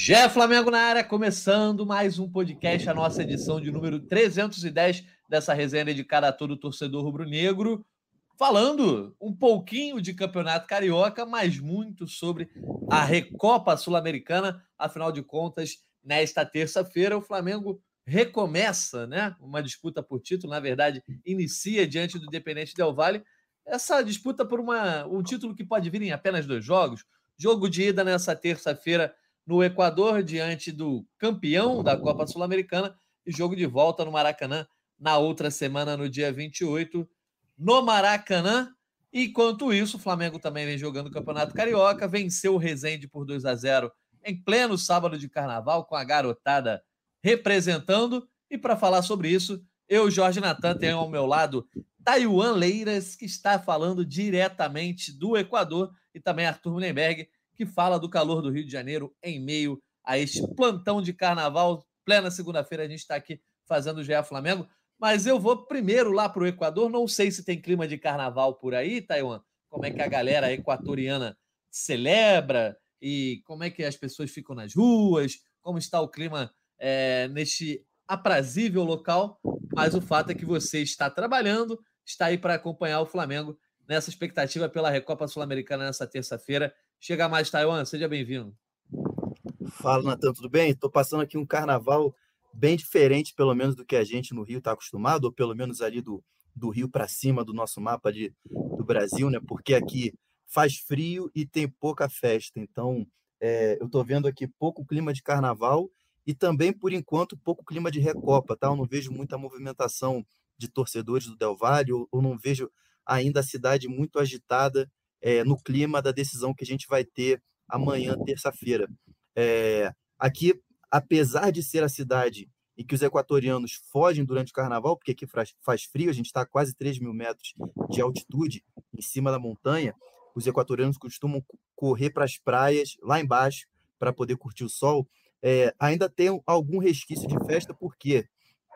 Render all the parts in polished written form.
Gé Flamengo na área, começando mais um podcast, a nossa edição de número 310 dessa resenha dedicada a todo torcedor rubro-negro, falando um pouquinho de Campeonato Carioca, mas muito sobre a Recopa Sul-Americana. Afinal de contas, nesta terça-feira, o Flamengo recomeça, né? Uma disputa por título, na verdade, inicia diante do Independente Del Valle. Essa disputa por um título que pode vir em apenas 2 jogos. Jogo de ida nessa terça-feira no Equador, diante do campeão da Copa Sul-Americana, e jogo de volta no Maracanã na outra semana, no dia 28, no Maracanã. Enquanto isso, o Flamengo também vem jogando o Campeonato Carioca, venceu o Resende por 2-0 em pleno sábado de carnaval, com a garotada representando. E para falar sobre isso, eu, Jorge Natan, tenho ao meu lado Taiwan Leiras, que está falando diretamente do Equador, e também Arthur Mullenberg, que fala do calor do Rio de Janeiro em meio a este plantão de carnaval. Plena segunda-feira a gente está aqui fazendo o GE Flamengo, mas eu vou primeiro lá para o Equador. Não sei se tem clima de carnaval por aí, Taiwan. Como é que a galera equatoriana celebra e como é que as pessoas ficam nas ruas, como está o clima neste aprazível local. Mas o fato é que você está trabalhando, está aí para acompanhar o Flamengo nessa expectativa pela Recopa Sul-Americana nessa terça-feira. Chega mais, Taiwan, seja bem-vindo. Fala, Natan, tudo bem? Estou passando aqui um carnaval bem diferente, pelo menos, do que a gente no Rio está acostumado, ou pelo menos ali do Rio para cima do nosso mapa ali do Brasil, né? Porque aqui faz frio e tem pouca festa. Então, eu estou vendo aqui pouco clima de carnaval e também, por enquanto, pouco clima de Recopa, tá? Eu não vejo muita movimentação de torcedores do Del Valle, ou não vejo ainda a cidade muito agitada no clima da decisão que a gente vai ter amanhã, terça-feira. Aqui, apesar de ser a cidade em que os equatorianos fogem durante o carnaval, porque aqui faz frio, a gente está a quase 3 mil metros de altitude em cima da montanha, os equatorianos costumam correr para as praias lá embaixo para poder curtir o sol. Ainda tem algum resquício de festa, porque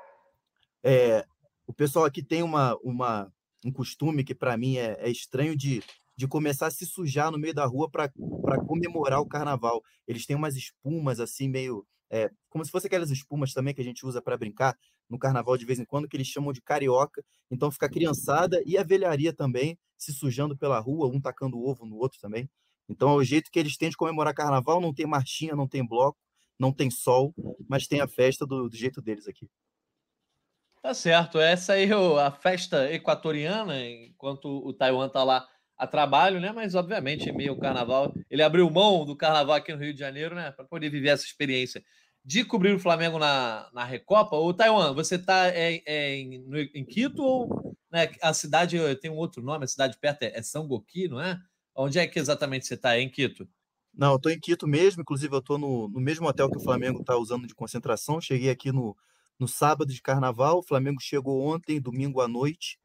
o pessoal aqui tem um costume que para mim é estranho de começar a se sujar no meio da rua para comemorar o carnaval. Eles têm umas espumas assim, meio. Como se fosse aquelas espumas também que a gente usa para brincar no carnaval de vez em quando, que eles chamam de carioca. Então fica a criançada e a velharia também se sujando pela rua, um tacando ovo no outro também. Então é o jeito que eles têm de comemorar carnaval. Não tem marchinha, não tem bloco, não tem sol, mas tem a festa do jeito deles aqui. Tá certo, essa aí é a festa equatoriana, enquanto o Taiwan tá lá a trabalho, né? Mas obviamente, em meio ao carnaval, ele abriu mão do carnaval aqui no Rio de Janeiro, né? Para poder viver essa experiência de cobrir o Flamengo na Recopa. Ô, Taiwan, você tá em Quito, ou, né, a cidade tem um outro nome, a cidade perto é Sangoki, não é? Onde é que exatamente você tá? É em Quito? Não, eu estou em Quito mesmo, inclusive eu estou no mesmo hotel que o Flamengo está usando de concentração. Cheguei aqui no sábado de carnaval, o Flamengo chegou ontem, domingo à noite.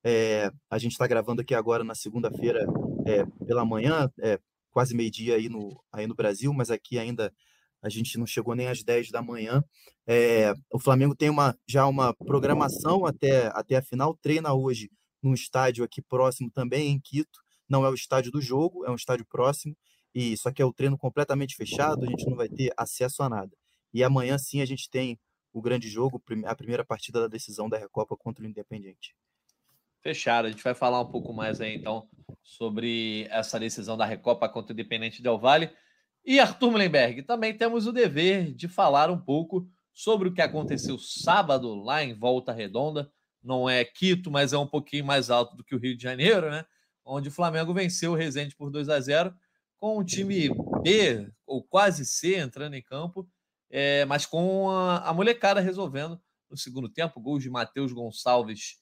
A gente está gravando aqui agora na segunda-feira pela manhã, quase meio-dia aí no Brasil, mas aqui ainda a gente não chegou nem às 10 da manhã. O Flamengo tem já uma programação até a final, treina hoje num estádio aqui próximo também, em Quito. Não é o estádio do jogo, é um estádio próximo, e só que é o treino completamente fechado, a gente não vai ter acesso a nada. E amanhã sim a gente tem o grande jogo, a primeira partida da decisão da Recopa contra o Independiente. Fechado. A gente vai falar um pouco mais aí, então, sobre essa decisão da Recopa contra o Independente Del Valle. E Arthur Mullenberg, também temos o dever de falar um pouco sobre o que aconteceu sábado lá em Volta Redonda. Não é Quito, mas é um pouquinho mais alto do que o Rio de Janeiro, né? Onde o Flamengo venceu o Resende por 2-0, com o time B, ou quase C, entrando em campo, mas com a molecada resolvendo no segundo tempo. Gols de Matheus Gonçalves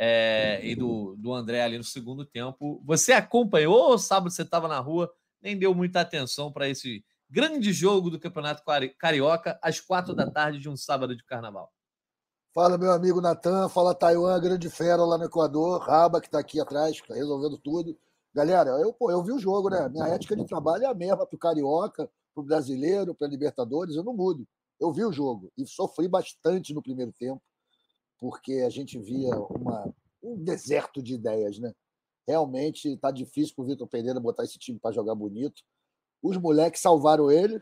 e do André ali no segundo tempo. Você acompanhou ou sábado você estava na rua, nem deu muita atenção para esse grande jogo do Campeonato Carioca às 4 da tarde de um sábado de carnaval? Fala, meu amigo Natan, fala Taiwan, grande fera lá no Equador, Raba, que está aqui atrás, resolvendo tudo. Galera, eu vi o jogo, né? Minha ética de trabalho é a mesma para o Carioca, para o Brasileiro, para a Libertadores, eu não mudo. Eu vi o jogo e sofri bastante no primeiro tempo, porque a gente via um deserto de ideias, né? Realmente está difícil para o Vitor Pereira botar esse time para jogar bonito. Os moleques salvaram ele,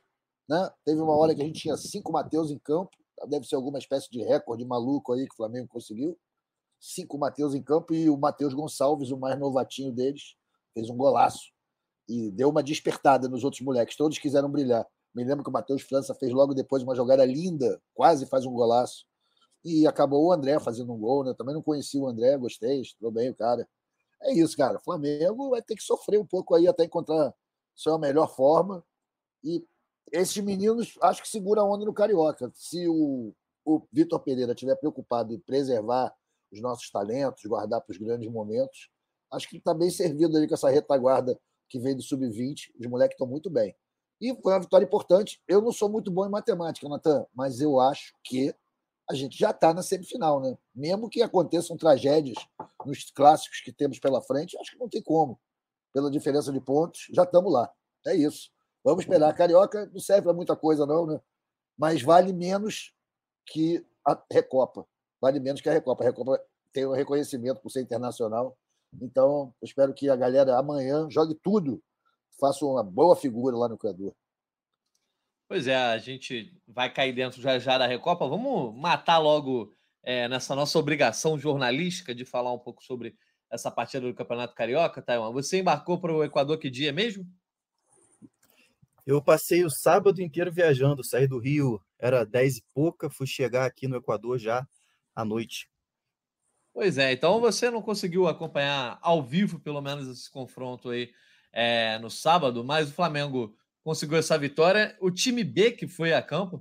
né? Teve uma hora que a gente tinha 5 Matheus em campo, deve ser alguma espécie de recorde maluco aí que o Flamengo conseguiu. 5 Matheus em campo e o Matheus Gonçalves, o mais novatinho deles, fez um golaço e deu uma despertada nos outros moleques. Todos quiseram brilhar. Me lembro que o Matheus França fez logo depois uma jogada linda, quase faz um golaço. E acabou o André fazendo um gol, né? Também não conheci o André, gostei, estou bem o cara. É isso, cara. O Flamengo vai ter que sofrer um pouco aí até encontrar sua melhor forma. E esses meninos, acho que segura a onda no Carioca. Se o Vitor Pereira estiver preocupado em preservar os nossos talentos, guardar para os grandes momentos, acho que está bem servido ali com essa retaguarda que vem do Sub-20. Os moleques estão muito bem. E foi uma vitória importante. Eu não sou muito bom em matemática, Natan, mas eu acho que a gente já está na semifinal, né? Mesmo que aconteçam tragédias nos clássicos que temos pela frente, acho que não tem como. Pela diferença de pontos, já estamos lá. É isso. Vamos esperar. A Carioca não serve para muita coisa, não, né? Mas vale menos que a Recopa. Vale menos que a Recopa. A Recopa tem um reconhecimento por ser internacional. Então, eu espero que a galera amanhã jogue tudo, faça uma boa figura lá no Equador. Pois é, a gente vai cair dentro já da Recopa. Vamos matar logo nessa nossa obrigação jornalística de falar um pouco sobre essa partida do Campeonato Carioca, Taiwan. Você embarcou para o Equador que dia mesmo? Eu passei o sábado inteiro viajando, saí do Rio, era 10 e pouca, fui chegar aqui no Equador já à noite. Pois é, então você não conseguiu acompanhar ao vivo, pelo menos, esse confronto aí no sábado, mas o Flamengo conseguiu essa vitória. O time B, que foi a campo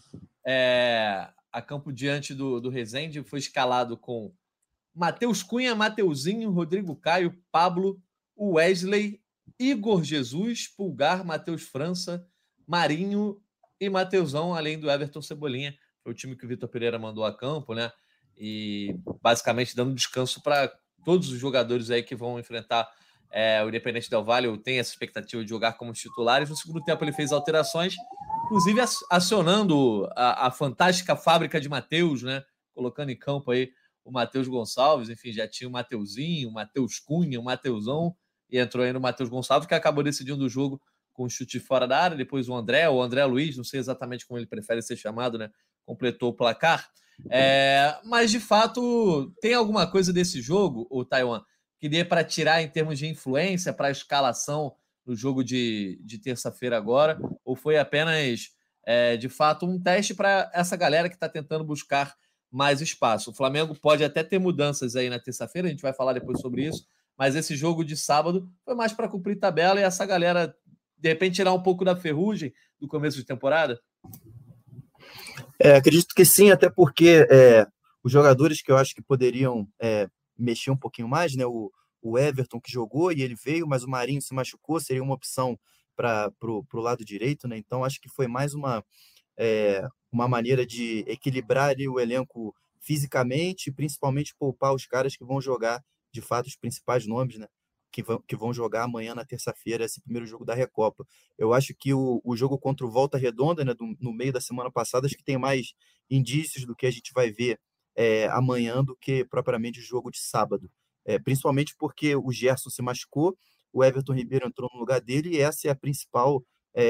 diante do Resende, foi escalado com Matheus Cunha, Mateuzinho, Rodrigo Caio, Pablo, Wesley, Igor Jesus, Pulgar, Matheus França, Marinho e Mateuzão, além do Everton Cebolinha. Foi o time que o Vitor Pereira mandou a campo, né? E basicamente dando descanso para todos os jogadores aí que vão enfrentar o Independente Del Valle. Tem essa expectativa de jogar como titulares. No segundo tempo ele fez alterações, inclusive acionando a fantástica fábrica de Matheus, né? Colocando em campo aí o Matheus Gonçalves, enfim, já tinha o Mateuzinho, o Matheus Cunha, o Mateuzão, e entrou aí no Matheus Gonçalves, que acabou decidindo o jogo com um chute fora da área. Depois o André Luiz, não sei exatamente como ele prefere ser chamado, né? Completou o placar. Mas, de fato, tem alguma coisa desse jogo, o Taiwan, que dê para tirar em termos de influência para a escalação no jogo de terça-feira agora? Ou foi apenas, de fato, um teste para essa galera que está tentando buscar mais espaço? O Flamengo pode até ter mudanças aí na terça-feira, a gente vai falar depois sobre isso, mas esse jogo de sábado foi mais para cumprir tabela e essa galera, de repente, tirar um pouco da ferrugem do começo de temporada? Acredito que sim, até porque os jogadores que eu acho que poderiam mexer um pouquinho mais, né? O Everton que jogou e ele veio, mas o Marinho se machucou, seria uma opção para o lado direito, né? Então acho que foi mais uma maneira de equilibrar ali o elenco fisicamente e principalmente poupar os caras que vão jogar, de fato, os principais nomes, né? Que vão jogar amanhã na terça-feira, esse primeiro jogo da Recopa. Eu acho que o jogo contra o Volta Redonda, né, no meio da semana passada, acho que tem mais indícios do que a gente vai ver amanhã do que propriamente o jogo de sábado. Principalmente porque o Gerson se machucou, o Everton Ribeiro entrou no lugar dele e essa é a principal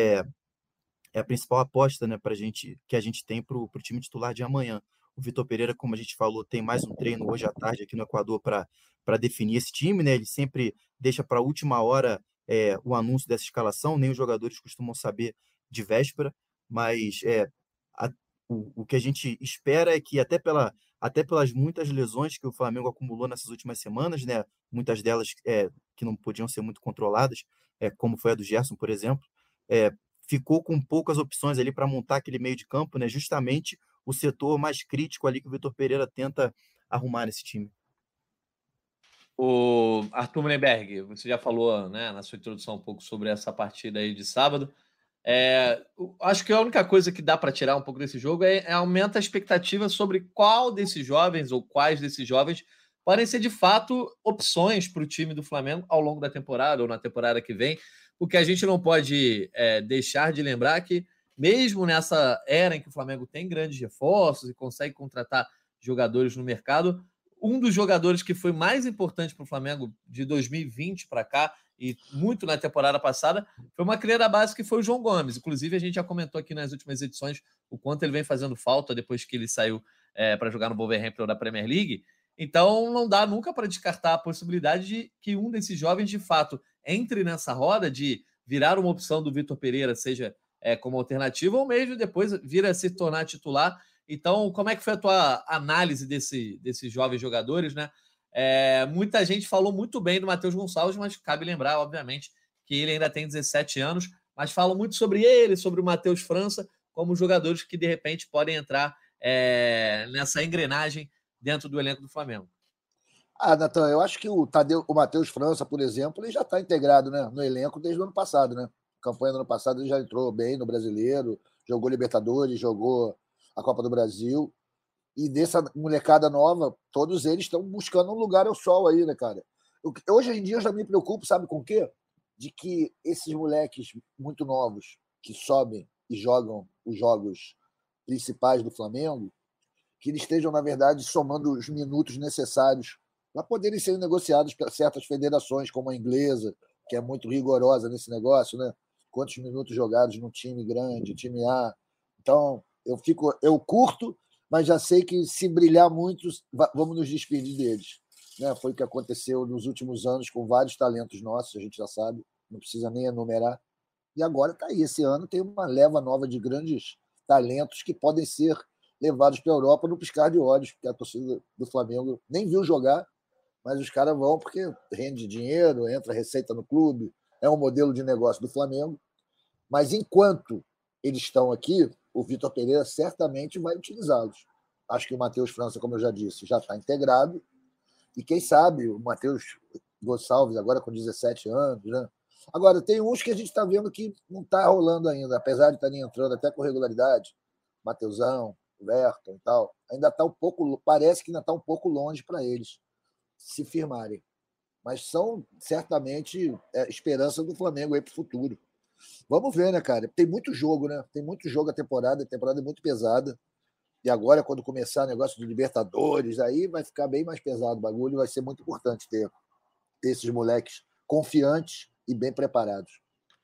aposta, né, que a gente tem para o time titular de amanhã. O Vitor Pereira, como a gente falou, tem mais um treino hoje à tarde aqui no Equador para definir esse time, né? Ele sempre deixa para a última hora o anúncio dessa escalação, nem os jogadores costumam saber de véspera, mas o que a gente espera é que até pelas muitas lesões que o Flamengo acumulou nessas últimas semanas, né? Muitas delas que não podiam ser muito controladas, como foi a do Gerson, por exemplo, ficou com poucas opções ali para montar aquele meio de campo, né? Justamente o setor mais crítico ali que o Vitor Pereira tenta arrumar nesse time. O Arthur Mullenberg, você já falou, né, na sua introdução um pouco sobre essa partida aí de sábado. Acho que a única coisa que dá para tirar um pouco desse jogo é aumenta a expectativa sobre qual desses jovens ou quais desses jovens podem ser de fato opções para o time do Flamengo ao longo da temporada ou na temporada que vem. Porque a gente não pode deixar de lembrar que, mesmo nessa era em que o Flamengo tem grandes reforços e consegue contratar jogadores no mercado, um dos jogadores que foi mais importante para o Flamengo de 2020 para cá e muito na temporada passada, foi uma cria da base que foi o João Gomes. Inclusive, a gente já comentou aqui nas últimas edições o quanto ele vem fazendo falta depois que ele saiu para jogar no Wolverhampton da Premier League. Então, não dá nunca para descartar a possibilidade de que um desses jovens, de fato, entre nessa roda de virar uma opção do Vitor Pereira, seja como alternativa, ou mesmo depois vir a se tornar titular. Então, como é que foi a tua análise desses jovens jogadores, né? Muita gente falou muito bem do Matheus Gonçalves, mas cabe lembrar, obviamente, que ele ainda tem 17 anos, mas falam muito sobre ele, sobre o Matheus França, como jogadores que, de repente, podem entrar nessa engrenagem dentro do elenco do Flamengo. Natan, eu acho que o Matheus França, por exemplo, ele já está integrado, né, no elenco desde o ano passado, né? Campanha do ano passado ele já entrou bem no Brasileiro, jogou Libertadores, jogou a Copa do Brasil. E dessa molecada nova, todos eles estão buscando um lugar ao sol aí, né, cara? Hoje em dia eu já me preocupo, sabe com o quê? De que esses moleques muito novos que sobem e jogam os jogos principais do Flamengo, que eles estejam, na verdade, somando os minutos necessários para poderem ser negociados para certas federações, como a inglesa, que é muito rigorosa nesse negócio, né? Quantos minutos jogados num time grande, time A. Então, eu curto, mas já sei que se brilhar muito, vamos nos despedir deles. Né? Foi o que aconteceu nos últimos anos com vários talentos nossos, a gente já sabe, não precisa nem enumerar. E agora está aí, esse ano tem uma leva nova de grandes talentos que podem ser levados para a Europa no piscar de olhos, porque a torcida do Flamengo nem viu jogar, mas os caras vão porque rende dinheiro, entra receita no clube, é um modelo de negócio do Flamengo. Mas enquanto eles estão aqui, o Vitor Pereira certamente vai utilizá-los. Acho que o Matheus França, como eu já disse, já está integrado. E quem sabe o Matheus Gonçalves, agora com 17 anos, né? Agora, tem uns que a gente está vendo que não está rolando ainda, apesar de estarem entrando até com regularidade. Mateusão, Everton e tal. Ainda está um pouco, parece que ainda está um pouco longe para eles se firmarem. Mas são certamente esperança do Flamengo aí para o futuro. Vamos ver, né, cara? Tem muito jogo, né? Tem muito jogo a temporada é muito pesada. E agora, quando começar o negócio de Libertadores, aí vai ficar bem mais pesado o bagulho. Vai ser muito importante ter esses moleques confiantes e bem preparados.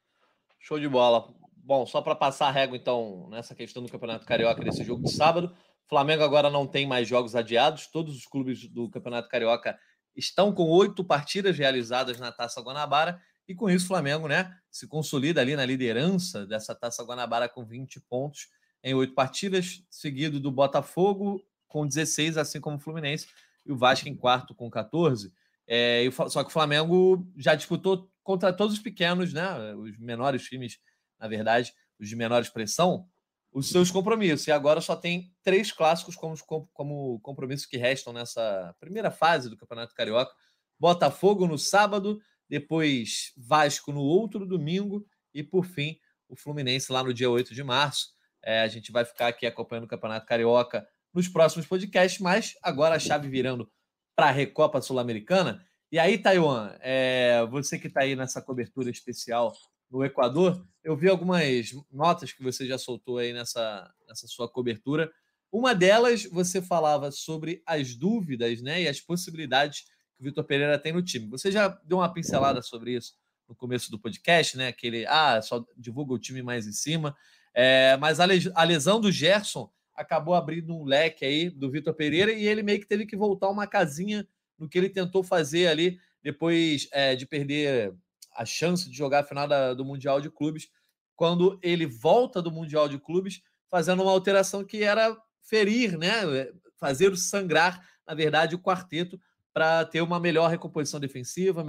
Show de bola. Bom, só para passar a régua, então, nessa questão do Campeonato Carioca, desse jogo de sábado, o Flamengo agora não tem mais jogos adiados. Todos os clubes do Campeonato Carioca estão com 8 partidas realizadas na Taça Guanabara. E com isso o Flamengo, né, se consolida ali na liderança dessa Taça Guanabara com 20 pontos em 8 partidas, seguido do Botafogo com 16, assim como o Fluminense, e o Vasco em quarto com 14. Só que o Flamengo já disputou contra todos os pequenos, né, os menores times, na verdade, os de menor expressão, os seus compromissos. E agora só tem 3 clássicos como compromissos que restam nessa primeira fase do Campeonato Carioca. Botafogo no sábado, depois Vasco no outro domingo e, por fim, o Fluminense lá no dia 8 de março. A gente vai ficar aqui acompanhando o Campeonato Carioca nos próximos podcasts, mas agora a chave virando para a Recopa Sul-Americana. E aí, Taiwan, você que está aí nessa cobertura especial no Equador, eu vi algumas notas que você já soltou aí nessa sua cobertura. Uma delas, você falava sobre as dúvidas, né, e as possibilidades que o Vitor Pereira tem no time. Você já deu uma pincelada sobre isso no começo do podcast, né? Aquele, só divulga o time mais em cima. Mas a lesão do Gerson acabou abrindo um leque aí do Vitor Pereira e ele meio que teve que voltar uma casinha no que ele tentou fazer ali depois de perder a chance de jogar a final do Mundial de Clubes, quando ele volta do Mundial de Clubes fazendo uma alteração que era ferir, né? Fazer sangrar, na verdade, o quarteto para ter uma melhor recomposição defensiva,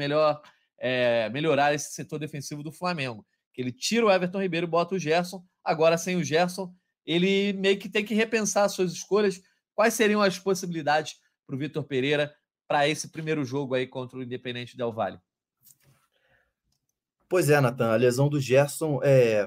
melhorar esse setor defensivo do Flamengo. Que ele tira o Everton Ribeiro e bota o Gerson. Agora, sem o Gerson, ele meio que tem que repensar as suas escolhas. Quais seriam as possibilidades para o Vitor Pereira para esse primeiro jogo aí contra o Independente Del Valle? Pois é, Natan, a lesão do Gerson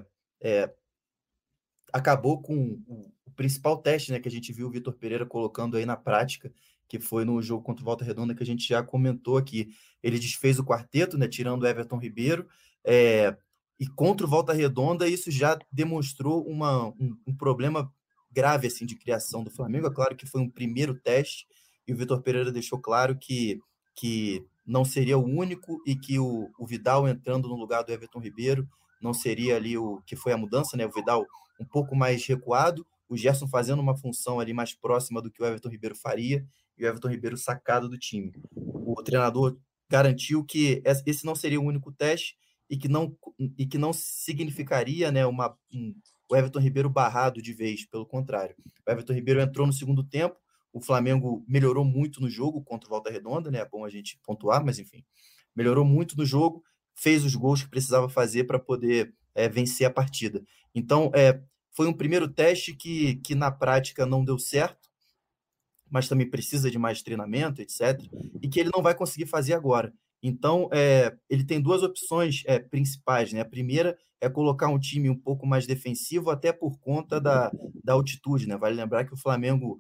acabou com o principal teste, né, que a gente viu o Vitor Pereira colocando aí na prática, que foi no jogo contra o Volta Redonda, que a gente já comentou aqui. Ele desfez o quarteto, né, tirando o Everton Ribeiro, e contra o Volta Redonda isso já demonstrou um problema grave assim, de criação do Flamengo. É claro que foi um primeiro teste, e o Vitor Pereira deixou claro que não seria o único e que o Vidal entrando no lugar do Everton Ribeiro não seria ali o que foi a mudança, né? O Vidal um pouco mais recuado, o Gerson fazendo uma função ali mais próxima do que o Everton Ribeiro faria e o Everton Ribeiro sacado do time. O treinador garantiu que esse não seria o único teste e que não significaria, né, o Everton Ribeiro barrado de vez, pelo contrário. O Everton Ribeiro entrou no segundo tempo, o Flamengo melhorou muito no jogo contra o Volta Redonda, né? É bom a gente pontuar, mas enfim, melhorou muito no jogo, fez os gols que precisava fazer para poder vencer a partida. Então, foi um primeiro teste que na prática não deu certo, mas também precisa de mais treinamento, etc., e que ele não vai conseguir fazer agora. Então, ele tem duas opções principais, né? A primeira é colocar um time um pouco mais defensivo, até por conta da altitude, né? Vale lembrar que o Flamengo,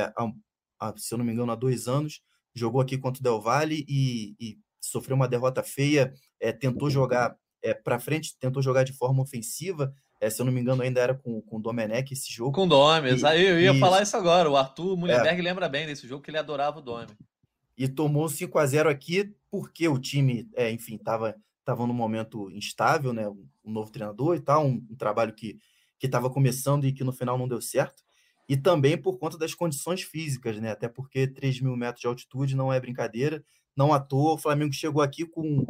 se eu não me engano, há 2 anos, jogou aqui contra o Del Valle e sofreu uma derrota feia, tentou jogar para frente, tentou jogar de forma ofensiva, se eu não me engano, ainda era com o Domenech esse jogo. Com o Domes, aí eu ia falar isso agora. O Arthur Mullenberg É. lembra bem desse jogo, que ele adorava o Domes. E tomou 5-0 aqui, porque o time, enfim, estava num momento instável, né? Um novo treinador e tal, um trabalho que estava começando e que no final não deu certo. E também por conta das condições físicas, né? Até porque 3.000 metros de altitude não é brincadeira. Não à toa, o Flamengo chegou aqui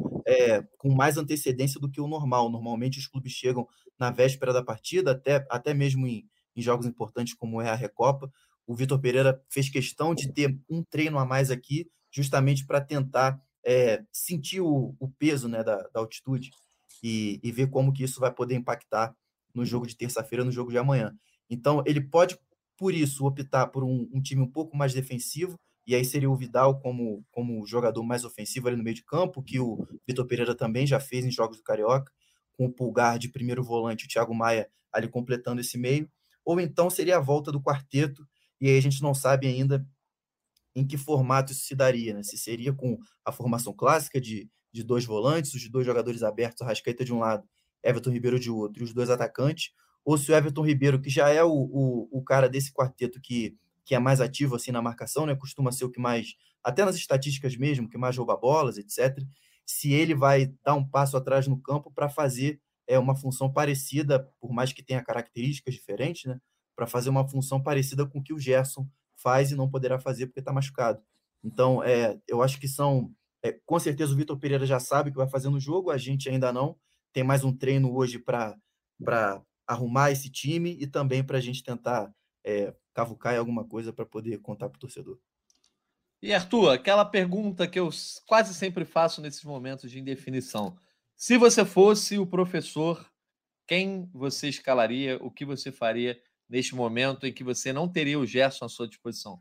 com mais antecedência do que o normal. Normalmente os clubes chegam na véspera da partida, até mesmo em jogos importantes como é a Recopa. O Vitor Pereira fez questão de ter um treino a mais aqui, justamente para tentar sentir o peso, né, da altitude e ver como que isso vai poder impactar no jogo de terça-feira, no jogo de amanhã. Então, ele pode, por isso, optar por um time um pouco mais defensivo, e aí seria o Vidal como jogador mais ofensivo ali no meio de campo, que o Vitor Pereira também já fez em jogos do Carioca, com o Pulgar de primeiro volante, o Thiago Maia ali completando esse meio, ou então seria a volta do quarteto, e aí a gente não sabe ainda em que formato isso se daria, né? Se seria com a formação clássica de 2 volantes, os 2 jogadores abertos, Arrascaeta de um lado, Everton Ribeiro de outro, e os 2 atacantes, ou se o Everton Ribeiro, que já é o cara desse quarteto que é mais ativo assim na marcação, né? Costuma ser o que mais, até nas estatísticas mesmo, que mais rouba bolas, etc., se ele vai dar um passo atrás no campo para fazer uma função parecida, por mais que tenha características diferentes, né? Para fazer uma função parecida com o que o Gerson faz e não poderá fazer porque está machucado. Então, eu acho que com certeza o Vitor Pereira já sabe o que vai fazer no jogo, a gente ainda não. Tem mais um treino hoje para arrumar esse time e também para a gente tentar cavucar em alguma coisa para poder contar para o torcedor. E, Arthur, aquela pergunta que eu quase sempre faço nesses momentos de indefinição. Se você fosse o professor, quem você escalaria? O que você faria neste momento em que você não teria o Gerson à sua disposição?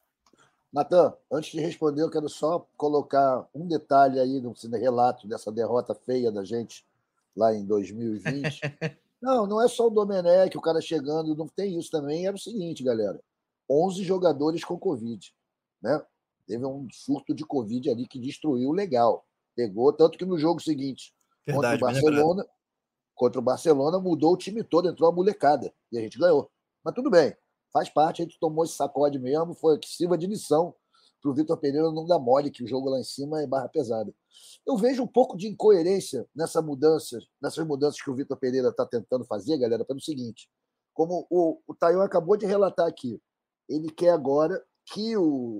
Natan, antes de responder, eu quero só colocar um detalhe aí no relato dessa derrota feia da gente lá em 2020. Não é só o Domenech, o cara chegando, não tem isso também. Era o seguinte, galera: 11 jogadores com Covid, né? Teve um surto de Covid ali que destruiu legal. Pegou, tanto que no jogo seguinte, Verdade, contra o Barcelona, mudou o time todo, entrou a molecada e a gente ganhou. Mas tudo bem, faz parte, a gente tomou esse sacode mesmo, foi que sirva de lição para o Vitor Pereira não dar mole, que o jogo lá em cima é barra pesada. Eu vejo um pouco de incoerência nessas mudanças que o Vitor Pereira está tentando fazer, galera, pelo seguinte: como o Tayon acabou de relatar aqui, ele quer agora que o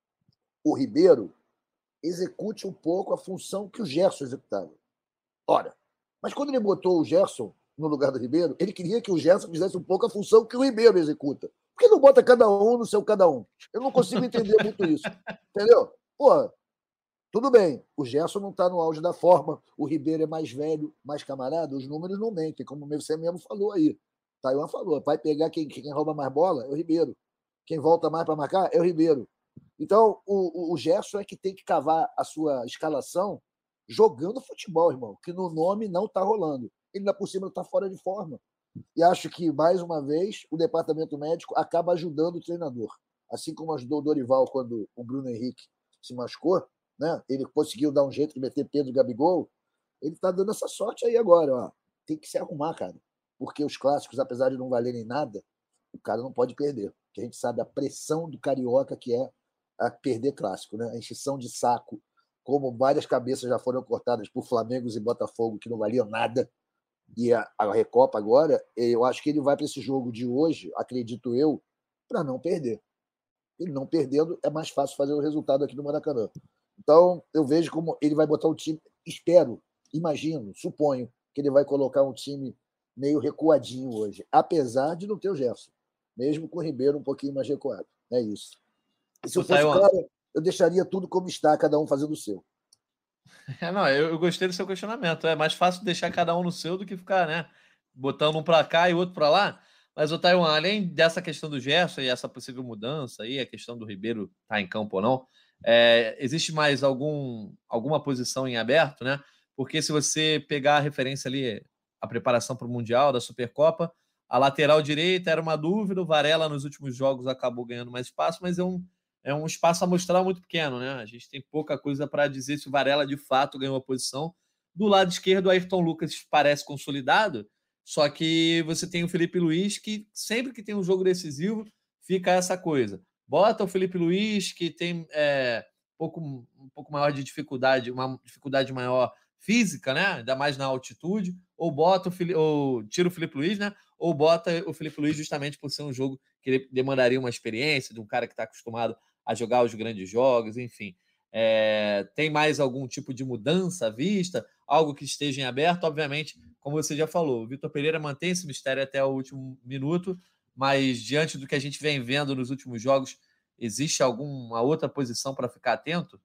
Ribeiro execute um pouco a função que o Gerson executava. Ora, mas quando ele botou o Gerson no lugar do Ribeiro, ele queria que o Gerson fizesse um pouco a função que o Ribeiro executa. Por que não bota cada um no seu cada um? Eu não consigo entender muito isso. Entendeu? Porra, tudo bem, o Gerson não está no auge da forma, o Ribeiro é mais velho, mais camarada, os números não mentem, como você mesmo falou aí. Tayon falou, vai pegar quem rouba mais bola é o Ribeiro. Quem volta mais para marcar é o Ribeiro. Então, o Gerson é que tem que cavar a sua escalação jogando futebol, irmão, que no nome não está rolando. Ele, ainda por cima, está fora de forma. E acho que, mais uma vez, o departamento médico acaba ajudando o treinador. Assim como ajudou o Dorival quando o Bruno Henrique se machucou, né? Ele conseguiu dar um jeito de meter Pedro e Gabigol. Ele está dando essa sorte aí agora. Ó. Tem que se arrumar, cara. Porque os clássicos, apesar de não valerem nada, o cara não pode perder. Porque a gente sabe a pressão do Carioca que é a perder clássico, né? A encheção de saco como várias cabeças já foram cortadas por Flamengo e Botafogo, que não valiam nada, e a Recopa agora, eu acho que ele vai para esse jogo de hoje, acredito eu, para não perder. Ele não perdendo, é mais fácil fazer o resultado aqui no Maracanã. Então, eu vejo como ele vai botar um time, espero, imagino, suponho, que ele vai colocar um time meio recuadinho hoje, apesar de não ter o Gerson, mesmo com o Ribeiro um pouquinho mais recuado. É isso. E se eu fosse o cara, eu deixaria tudo como está, cada um fazendo o seu. Não, eu gostei do seu questionamento. É mais fácil deixar cada um no seu do que ficar, né, botando um para cá e outro para lá. Mas, o Taiwan, além dessa questão do Gerson e essa possível mudança aí, a questão do Ribeiro estar tá em campo ou não, existe mais alguma posição em aberto, né? Porque se você pegar a referência ali, a preparação para o Mundial, da Supercopa, a lateral direita era uma dúvida, o Varela nos últimos jogos acabou ganhando mais espaço, mas é um espaço amostral muito pequeno, né? A gente tem pouca coisa para dizer se o Varela de fato ganhou a posição. Do lado esquerdo, o Ayrton Lucas parece consolidado, só que você tem o Felipe Luiz, que sempre que tem um jogo decisivo, fica essa coisa. Bota o Felipe Luiz, que tem um pouco maior de dificuldade, uma dificuldade maior física, né? Ainda mais na altitude, ou tira o Felipe Luiz, né? Ou bota o Felipe Luiz justamente por ser um jogo que ele demandaria uma experiência de um cara que está acostumado a jogar os grandes jogos, enfim. Tem mais algum tipo de mudança à vista? Algo que esteja em aberto? Obviamente, como você já falou, o Vitor Pereira mantém esse mistério até o último minuto, mas diante do que a gente vem vendo nos últimos jogos, existe alguma outra posição para ficar atento?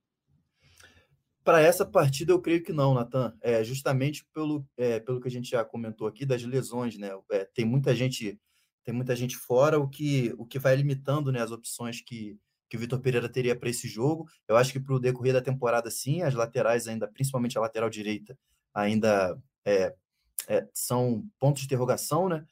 Para essa partida, eu creio que não, Natan. Justamente pelo que a gente já comentou aqui das lesões, né? Tem muita gente fora, o que vai limitando, né, as opções que o Vitor Pereira teria para esse jogo. Eu acho que para o decorrer da temporada, sim, as laterais ainda, principalmente a lateral direita, ainda são pontos de interrogação, né?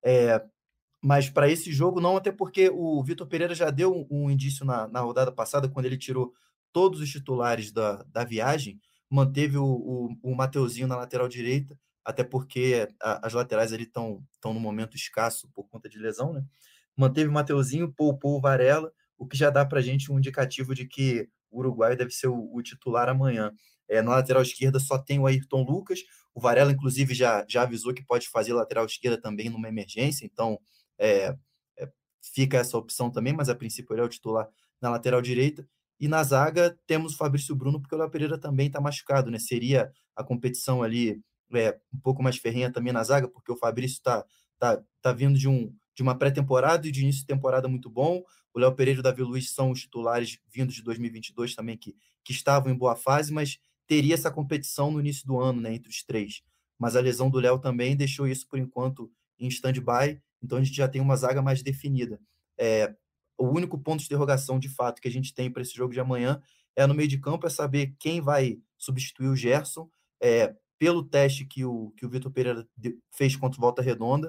Mas para esse jogo não, até porque o Vitor Pereira já deu um indício na rodada passada, quando ele tirou todos os titulares da viagem, manteve o Mateuzinho na lateral direita, até porque as laterais ali estão no momento escasso por conta de lesão, né? Manteve o Mateuzinho, poupou o Varela, o que já dá para a gente um indicativo de que o Uruguai deve ser o titular amanhã. Na lateral esquerda só tem o Ayrton Lucas, o Varela, inclusive, já avisou que pode fazer lateral esquerda também numa emergência, então fica essa opção também, mas a princípio ele é o titular na lateral direita. E na zaga temos o Fabrício Bruno, porque o Léo Pereira também está machucado, né? Seria a competição ali um pouco mais ferrenha também na zaga, porque o Fabrício tá vindo de uma pré-temporada e de início de temporada muito bom. O Léo Pereira e o Davi Luiz são os titulares vindos de 2022 também, que estavam em boa fase, mas teria essa competição no início do ano, né, entre os três. Mas a lesão do Léo também deixou isso, por enquanto, em stand-by, então a gente já tem uma zaga mais definida. O único ponto de interrogação, de fato, que a gente tem para esse jogo de amanhã no meio de campo, é saber quem vai substituir o Gerson, pelo teste que o Vitor Pereira fez contra o Volta Redonda.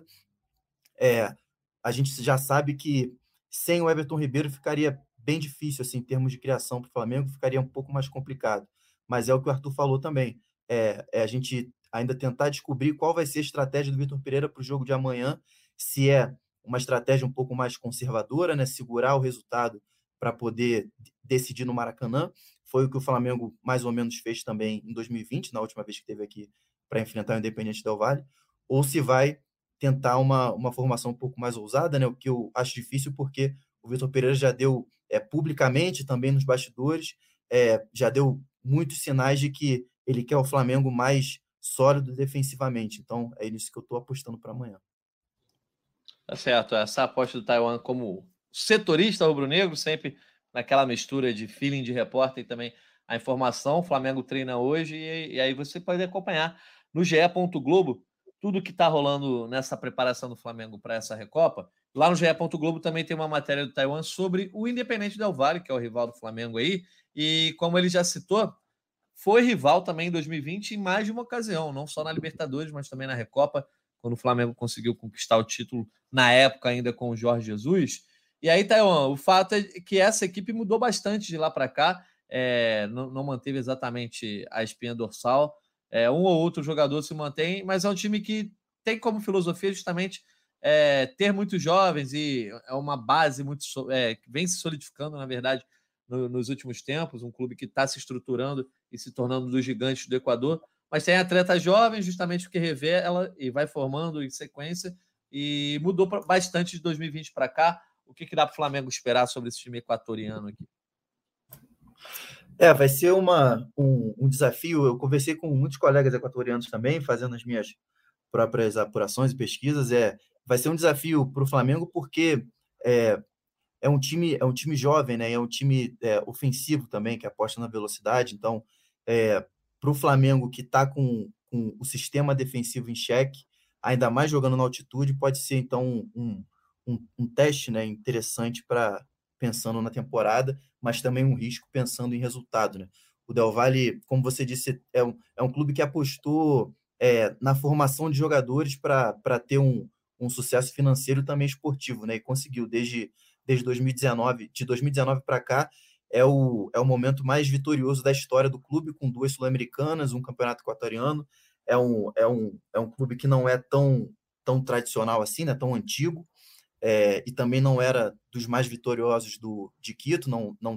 A gente já sabe que sem o Everton Ribeiro ficaria bem difícil, assim, em termos de criação para o Flamengo, ficaria um pouco mais complicado. Mas é o que o Arthur falou também, a gente ainda tentar descobrir qual vai ser a estratégia do Vitor Pereira para o jogo de amanhã, se é uma estratégia um pouco mais conservadora, né, segurar o resultado para poder decidir no Maracanã. Foi o que o Flamengo mais ou menos fez também em 2020, na última vez que esteve aqui para enfrentar o Independiente Del Valle, ou se vai tentar uma formação um pouco mais ousada, né, o que eu acho difícil, porque o Vitor Pereira já deu publicamente, também nos bastidores, já deu muitos sinais de que ele quer o Flamengo mais sólido defensivamente. Então, é nisso que eu estou apostando para amanhã. Tá certo. Essa aposta do Taiwan como setorista rubro-negro, sempre naquela mistura de feeling de repórter e também a informação. O Flamengo treina hoje e aí você pode acompanhar no GE. Globo tudo que está rolando nessa preparação do Flamengo para essa Recopa. Lá no GE. Globo também tem uma matéria do Taiwan sobre o Independiente Del Valle, que é o rival do Flamengo aí. E como ele já citou, foi rival também em 2020 em mais de uma ocasião, não só na Libertadores, mas também na Recopa, quando o Flamengo conseguiu conquistar o título, na época ainda com o Jorge Jesus. E aí, Taiwan, o fato é que essa equipe mudou bastante de lá para cá, não manteve exatamente a espinha dorsal, um ou outro jogador se mantém, mas é um time que tem como filosofia justamente ter muitos jovens e é uma base que vem se solidificando, na verdade, nos últimos tempos, um clube que está se estruturando e se tornando dos gigantes do Equador, mas tem atletas jovens, justamente porque revela e vai formando em sequência, e mudou bastante de 2020 para cá. O que dá para o Flamengo esperar sobre esse time equatoriano aqui? Vai ser um desafio. Eu conversei com muitos colegas equatorianos também, fazendo as minhas próprias apurações e pesquisas. Vai ser um desafio para o Flamengo, porque é um time jovem, né? É um time ofensivo também, que aposta na velocidade. Então, para o Flamengo, que está com o sistema defensivo em xeque, ainda mais jogando na altitude, pode ser, então, um teste, né, interessante pensando na temporada, mas também um risco pensando em resultado, né? O Del Valle, como você disse, é um clube que apostou na formação de jogadores para ter um sucesso financeiro também esportivo, né? E conseguiu desde 2019, de 2019 para cá, é o momento mais vitorioso da história do clube, com 2 Sul-Americanas, um campeonato equatoriano. É um clube que não é tão tradicional assim, né? Tão antigo, e também não era dos mais vitoriosos de Quito,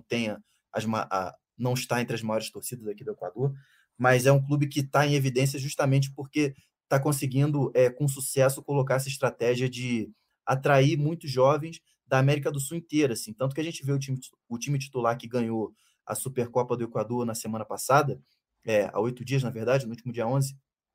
não está entre as maiores torcidas aqui do Equador, mas é um clube que está em evidência justamente porque está conseguindo, com sucesso, colocar essa estratégia de atrair muitos jovens da América do Sul inteira, assim. Tanto que a gente vê o time titular que ganhou a Supercopa do Equador na semana passada, há 8 dias, na verdade, no último dia 11,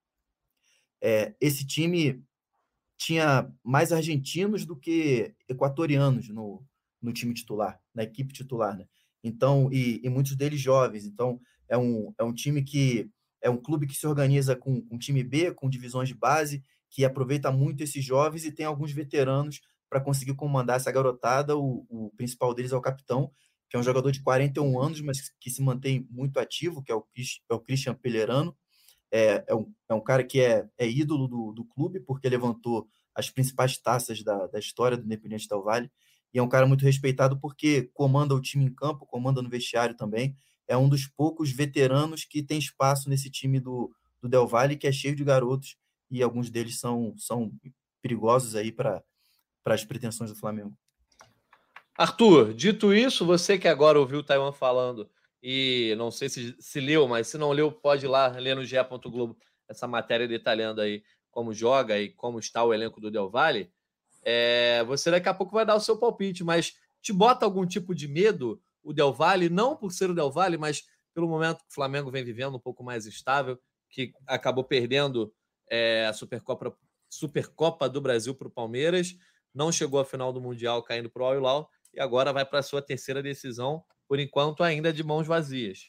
esse time tinha mais argentinos do que equatorianos no time titular, na equipe titular, né? Então, e muitos deles jovens. Então, é um time que é um clube que se organiza com time B, com divisões de base, que aproveita muito esses jovens e tem alguns veteranos para conseguir comandar essa garotada. O principal deles é o capitão, que é um jogador de 41 anos, mas que se mantém muito ativo, que é o Christian Pellerano. É um cara que é ídolo do clube, porque levantou as principais taças da história do Independiente Del Valle, e é um cara muito respeitado porque comanda o time em campo, comanda no vestiário também. É um dos poucos veteranos que tem espaço nesse time do Del Valle, que é cheio de garotos, e alguns deles são perigosos aí para as pretensões do Flamengo. Arthur, dito isso, você que agora ouviu o Taiwan falando, e não sei se leu, mas se não leu, pode ir lá ler no GE. Globo essa matéria detalhando aí como joga e como está o elenco do Del Valle. Você daqui a pouco vai dar o seu palpite, mas te bota algum tipo de medo o Del Valle, não por ser o Del Valle, mas pelo momento que o Flamengo vem vivendo um pouco mais estável, que acabou perdendo a Supercopa do Brasil para o Palmeiras, não chegou à final do Mundial caindo para o Al-Hilal, e agora vai para a sua terceira decisão, por enquanto ainda de mãos vazias.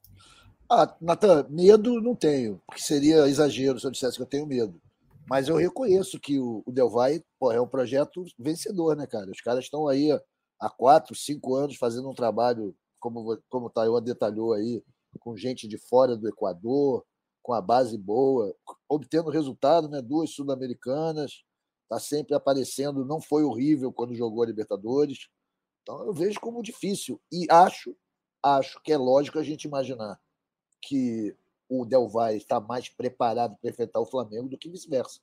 Natan, medo não tenho, porque seria exagero se eu dissesse que eu tenho medo. Mas eu reconheço que o Del Valle é um projeto vencedor, né, cara? Os caras estão aí há 4, 5 anos fazendo um trabalho, como o Taiwan detalhou aí, com gente de fora do Equador, com a base boa, obtendo resultado, né? 2 Sul-Americanas, está sempre aparecendo, não foi horrível quando jogou a Libertadores. Então eu vejo como difícil. E acho que é lógico a gente imaginar que o Del Valle está mais preparado para enfrentar o Flamengo do que vice-versa.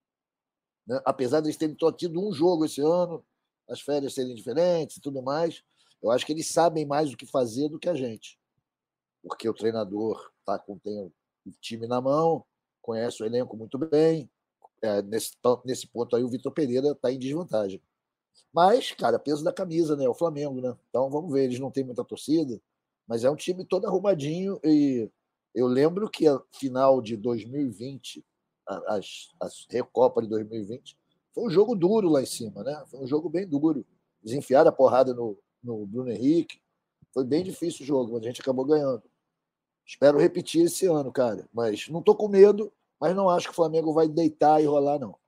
Né? Apesar de eles terem tido um jogo esse ano, as férias serem diferentes e tudo mais, eu acho que eles sabem mais o que fazer do que a gente. Porque o treinador tem o time na mão, conhece o elenco muito bem. Nesse ponto aí, o Vitor Pereira está em desvantagem. Mas, cara, peso da camisa, né? É o Flamengo, né? Então vamos ver, eles não têm muita torcida, mas é um time todo arrumadinho. E eu lembro que a final de 2020, a Recopa de 2020, foi um jogo duro lá em cima, né? Foi um jogo bem duro. Eles enfiaram a porrada no Bruno Henrique. Foi bem difícil o jogo, mas a gente acabou ganhando. Espero repetir esse ano, cara. Mas não tô com medo, mas não acho que o Flamengo vai deitar e rolar, não.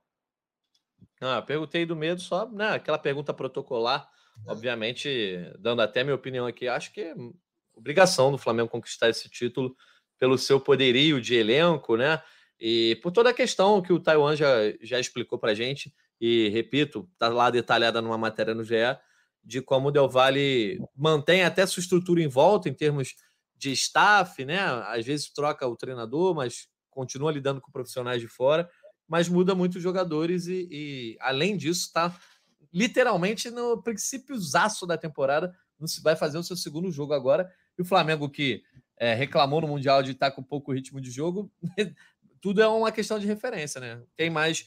Perguntei do medo só, né? Aquela pergunta protocolar, obviamente, dando até minha opinião aqui, acho que é obrigação do Flamengo conquistar esse título pelo seu poderio de elenco, né? E por toda a questão que o Taiwan já explicou pra gente, e repito, tá lá detalhada numa matéria no GE, de como o Del Valle mantém até sua estrutura em volta em termos de staff, né? Às vezes troca o treinador, mas continua lidando com profissionais de fora, mas muda muito os jogadores e além disso, está literalmente no princípiozaço da temporada, vai fazer o seu segundo jogo agora, e o Flamengo que reclamou no Mundial de estar com pouco ritmo de jogo. Tudo é uma questão de referência, né? Tem mais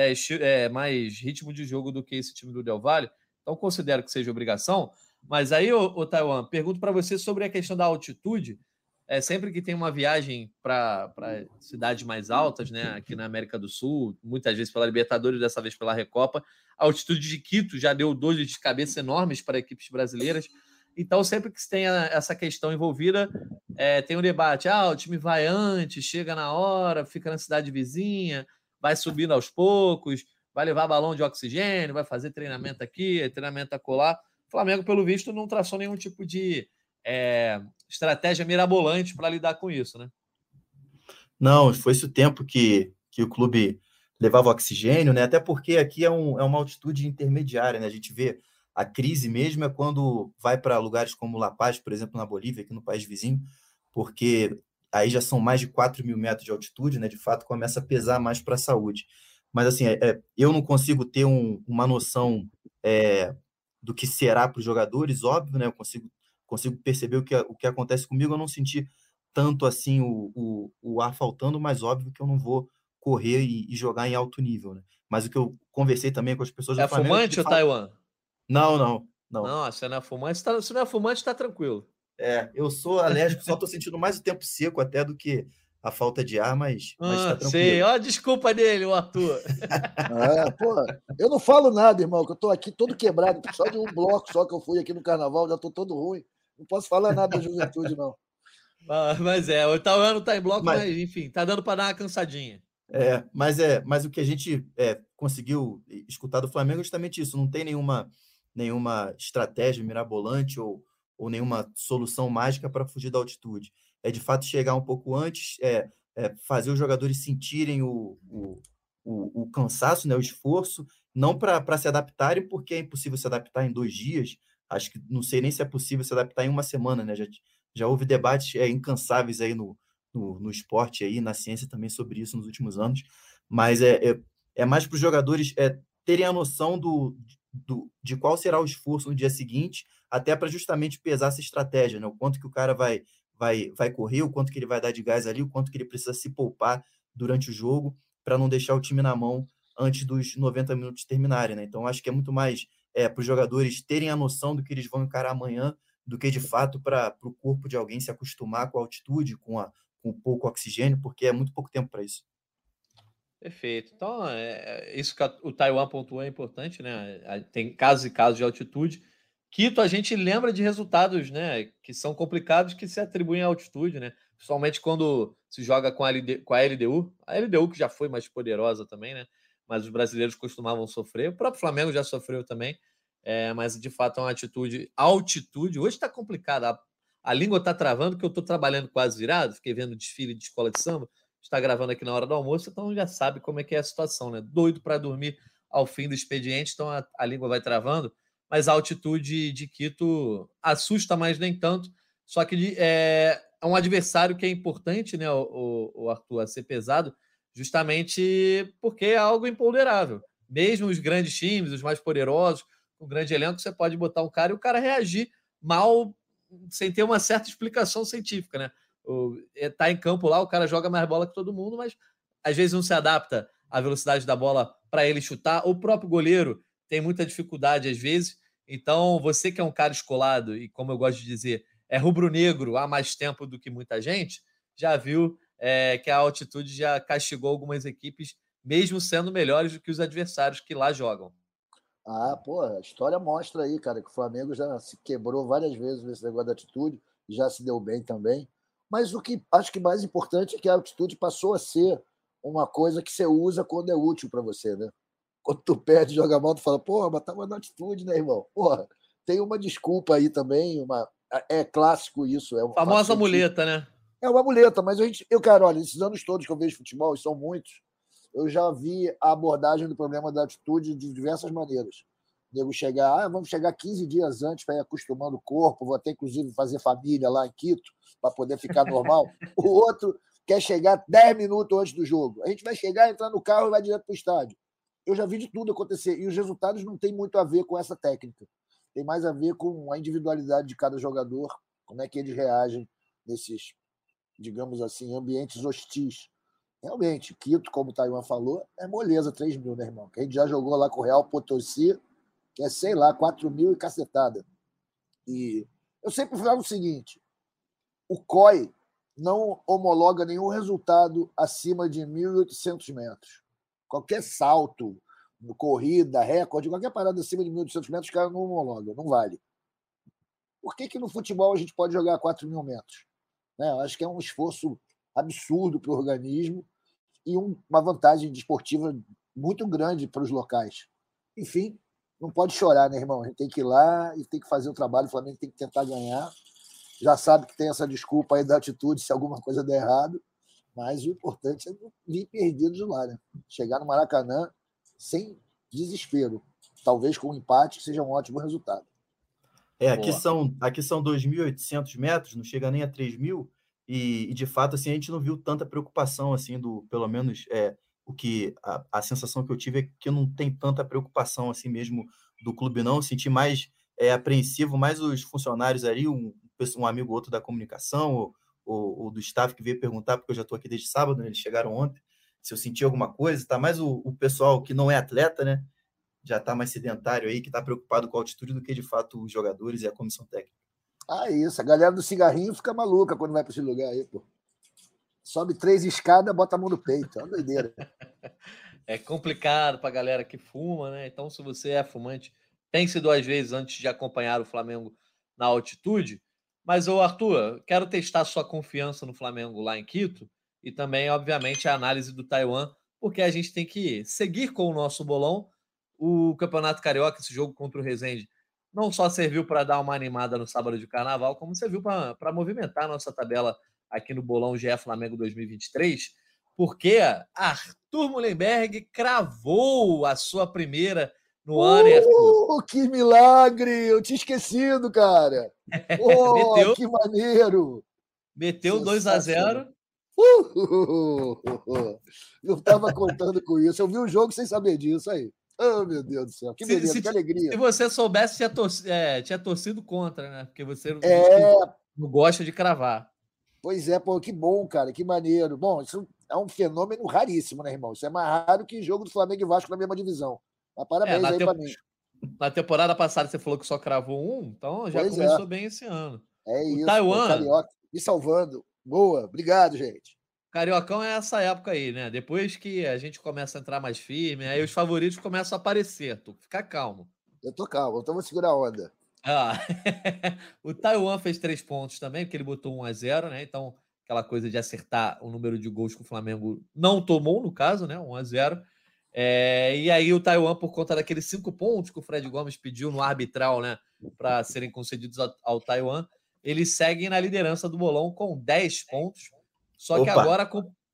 ritmo de jogo do que esse time do Del Valle, então considero que seja obrigação. Mas aí, ô Taiwan, pergunto para você sobre a questão da altitude. Sempre que tem uma viagem para cidades mais altas, né, aqui na América do Sul, muitas vezes pela Libertadores, dessa vez pela Recopa, a altitude de Quito já deu dores de cabeça enormes para equipes brasileiras. Então, sempre que se tem essa questão envolvida, tem um debate. O time vai antes, chega na hora, fica na cidade vizinha, vai subindo aos poucos, vai levar balão de oxigênio, vai fazer treinamento aqui, treinamento acolá. O Flamengo, pelo visto, não traçou nenhum tipo de estratégia mirabolante para lidar com isso, né? Não, foi esse o tempo que o clube levava oxigênio, né? Até porque aqui é uma altitude intermediária, né? A gente vê a crise mesmo é quando vai para lugares como La Paz, por exemplo, na Bolívia, aqui no país vizinho, porque aí já são mais de 4.000 metros de altitude, né? De fato, começa a pesar mais para a saúde. Mas, assim, eu não consigo ter uma noção do que será para os jogadores, óbvio, né? Eu consigo perceber o que acontece comigo. Eu não senti tanto assim o ar faltando, mas óbvio que eu não vou correr e jogar em alto nível, né? Mas o que eu conversei também com as pessoas do Flamengo... fumante, ou Taiwan? Não. Não, se não é fumante, se não é fumante, tá tranquilo. Eu sou alérgico, só tô sentindo mais o tempo seco até do que a falta de ar, mas tá tranquilo. Sei, ó a desculpa dele, o Arthur. Eu não falo nada, irmão, que eu tô aqui todo quebrado, só de um bloco só que eu fui aqui no Carnaval, já tô todo ruim. Não posso falar nada da juventude, não. Mas o Taiwan não tá em bloco, mas enfim, tá dando para dar uma cansadinha. Mas o que a gente conseguiu escutar do Flamengo é justamente isso. Não tem nenhuma estratégia mirabolante ou nenhuma solução mágica para fugir da altitude. É de fato chegar um pouco antes, fazer os jogadores sentirem o cansaço, né, o esforço, não para se adaptarem, porque é impossível se adaptar em 2 dias. Acho que não sei nem se é possível se adaptar em uma semana, né? Já houve debates incansáveis aí no esporte, aí, na ciência também sobre isso nos últimos anos, mas é mais para os jogadores terem a noção de qual será o esforço no dia seguinte, até para justamente pesar essa estratégia, né? O quanto que o cara vai correr, o quanto que ele vai dar de gás ali, o quanto que ele precisa se poupar durante o jogo, para não deixar o time na mão antes dos 90 minutos terminarem, né? Então, acho que é muito mais para os jogadores terem a noção do que eles vão encarar amanhã, do que, de fato, para o corpo de alguém se acostumar com a altitude, com pouco oxigênio, porque é muito pouco tempo para isso. Perfeito. Então, isso que o Taiwan pontuou é importante, né? Tem casos e casos de altitude. Quito, a gente lembra de resultados, né, que são complicados, que se atribuem à altitude, né? Principalmente quando se joga com a LDU. A LDU que já foi mais poderosa também, né? Mas os brasileiros costumavam sofrer. O próprio Flamengo já sofreu também. Mas, de fato, é uma altitude. Hoje está complicado. A língua está travando, porque eu estou trabalhando quase virado. Fiquei vendo desfile de escola de samba. Está gravando aqui na hora do almoço, então já sabe como é que é a situação, né? Doido para dormir ao fim do expediente, então a língua vai travando. Mas a altitude de Quito assusta, mas nem tanto. Só que é um adversário que é importante, né, o Arthur, a ser pesado, justamente porque é algo imponderável. Mesmo os grandes times, os mais poderosos, com grande elenco, você pode botar um cara e o cara reagir mal, sem ter uma certa explicação científica, né? Tá em campo lá, o cara joga mais bola que todo mundo, mas às vezes não se adapta à velocidade da bola para ele chutar. O próprio goleiro tem muita dificuldade às vezes. Então, você que é um cara escolado e, como eu gosto de dizer, é rubro-negro há mais tempo do que muita gente, já viu que a altitude já castigou algumas equipes, mesmo sendo melhores do que os adversários que lá jogam. A história mostra aí, cara, que o Flamengo já se quebrou várias vezes nesse negócio da altitude, já se deu bem também. Mas o que acho que mais importante é que a altitude passou a ser uma coisa que você usa quando é útil para você, né? Quando tu perde, joga mal, tu fala, mas tava na altitude, né, irmão? Tem uma desculpa aí também, é clássico isso. Famosa muleta, né? É uma muleta, mas cara, olha, esses anos todos que eu vejo futebol, e são muitos, eu já vi a abordagem do problema da altitude de diversas maneiras. Nego chegar, vamos chegar 15 dias antes para ir acostumando o corpo, vou até inclusive fazer família lá em Quito para poder ficar normal. O outro quer chegar 10 minutos antes do jogo. A gente vai chegar, entrar no carro e vai direto para o estádio. Eu já vi de tudo acontecer e os resultados não têm muito a ver com essa técnica. Tem mais a ver com a individualidade de cada jogador, como é que eles reagem digamos assim, ambientes hostis. Realmente, Quito, como o Taiwan falou, é moleza 3 mil, né, irmão? Que a gente já jogou lá com o Real Potosí, que é, sei lá, 4 mil e cacetada. E eu sempre falo o seguinte, o COI não homologa nenhum resultado acima de 1.800 metros. Qualquer salto, corrida, recorde, qualquer parada acima de 1.800 metros, os caras não homologam, não vale. Por que no futebol a gente pode jogar a 4 mil metros? Né? Eu acho que é um esforço absurdo para o organismo e uma vantagem desportiva muito grande para os locais. Enfim, não pode chorar, né, irmão? A gente tem que ir lá e tem que fazer o trabalho, o Flamengo tem que tentar ganhar. Já sabe que tem essa desculpa aí da altitude se alguma coisa der errado, mas o importante é não vir perdido de lá, né? Chegar no Maracanã sem desespero. Talvez com um empate seja um ótimo resultado. Aqui são 2.800 metros, não chega nem a 3.000, e de fato assim, a gente não viu tanta preocupação assim pelo menos a sensação que eu tive é que não tem tanta preocupação assim mesmo do clube, não. Eu senti mais apreensivo, mais os funcionários ali, um amigo outro da comunicação ou do staff que veio perguntar, porque eu já estou aqui desde sábado, né? Eles chegaram ontem, se eu senti alguma coisa, tá mais o pessoal que não é atleta, né? Já está mais sedentário aí, que está preocupado com a altitude do que, de fato, os jogadores e a comissão técnica. Isso. A galera do cigarrinho fica maluca quando vai para esse lugar aí, pô. Sobe 3 escadas, bota a mão no peito. É uma doideira. É complicado para a galera que fuma, né? Então, se você é fumante, pense 2 vezes antes de acompanhar o Flamengo na altitude. Mas, Arthur, quero testar sua confiança no Flamengo lá em Quito e também, obviamente, a análise do Taiwan, porque a gente tem que seguir com o nosso bolão. O Campeonato Carioca, esse jogo contra o Resende, não só serviu para dar uma animada no sábado de carnaval, como serviu para movimentar a nossa tabela aqui no bolão GE Flamengo 2023, porque Arthur Mullenberg cravou a sua primeira no ano, Arthur. Que milagre! Eu tinha esquecido, cara. Que maneiro! Meteu 2-0. Eu estava contando com isso. Eu vi o jogo sem saber disso aí. Oh, meu Deus do céu. Que beleza, que alegria. Se você soubesse, tinha torcido contra, né? Porque você não gosta de cravar. Pois é, pô, que bom, cara, que maneiro. Bom, isso é um fenômeno raríssimo, né, irmão? Isso é mais raro que jogo do Flamengo e Vasco na mesma divisão. Mas parabéns aí pra mim. Na temporada passada você falou que só cravou então já começou bem esse ano. O Taiwan, Carioca, me salvando. Boa, obrigado, gente. Cariocão é essa época aí, né? Depois que a gente começa a entrar mais firme, aí os favoritos começam a aparecer. Tu fica calmo. Eu tô calmo, então vou segurar a onda. O Taiwan fez 3 pontos também, porque ele botou 1-0, né? Então, aquela coisa de acertar o número de gols que o Flamengo não tomou, no caso, né? 1-0. E aí o Taiwan, por conta daqueles 5 pontos que o Fred Gomes pediu no arbitral, né? Para serem concedidos ao Taiwan, eles seguem na liderança do bolão com 10 pontos. Só que agora...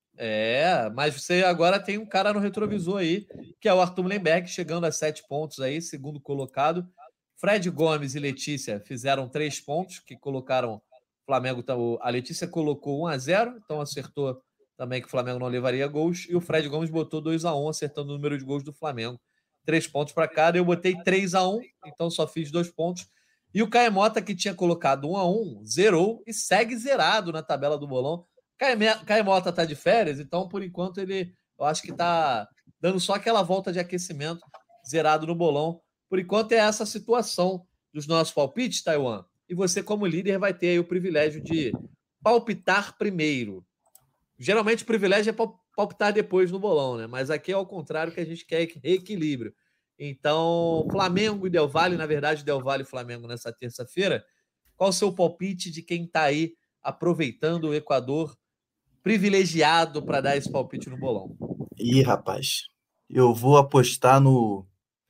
mas você agora tem um cara no retrovisor aí, que é o Arthur Mullenberg, chegando a 7 pontos aí, segundo colocado. Fred Gomes e Letícia fizeram 3 pontos, que colocaram o Flamengo. A Letícia colocou 1-0, então acertou também que o Flamengo não levaria gols. E o Fred Gomes botou 2-1, acertando o número de gols do Flamengo. 3 pontos para cada. Eu botei 3-1, então só fiz 2 pontos. E o Caemota, que tinha colocado 1-1, zerou e segue zerado na tabela do bolão. Caemota está de férias, então por enquanto eu acho que está dando só aquela volta de aquecimento, zerado no bolão. Por enquanto é essa a situação dos nossos palpites, Taiwan. E você, como líder, vai ter aí o privilégio de palpitar primeiro. Geralmente o privilégio é palpitar depois no bolão, né? Mas aqui é ao contrário, que a gente quer equilíbrio. Então, Flamengo e Del Valle, na verdade, Del Valle e Flamengo nessa terça-feira. Qual o seu palpite de quem está aí aproveitando o Equador privilegiado para dar esse palpite no bolão? Rapaz, eu vou apostar nos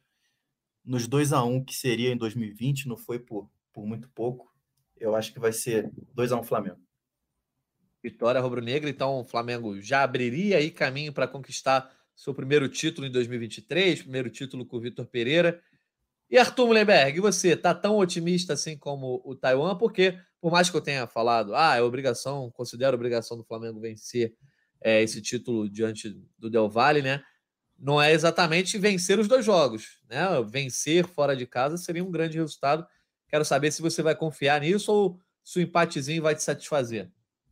2-1 que seria em 2020, não foi por muito pouco. Eu acho que vai ser 2-1 Flamengo. Vitória rubro-negra, então o Flamengo já abriria aí caminho para conquistar seu primeiro título em 2023, primeiro título com o Vitor Pereira. E Arthur Mullenberg, você tá tão otimista assim como o Taiwan? Porque, por mais que eu tenha falado, considero obrigação do Flamengo vencer esse título diante do Del Valle, né? Não é exatamente vencer os 2 jogos, né? Vencer fora de casa seria um grande resultado. Quero saber se você vai confiar nisso ou se o empatezinho vai te satisfazer.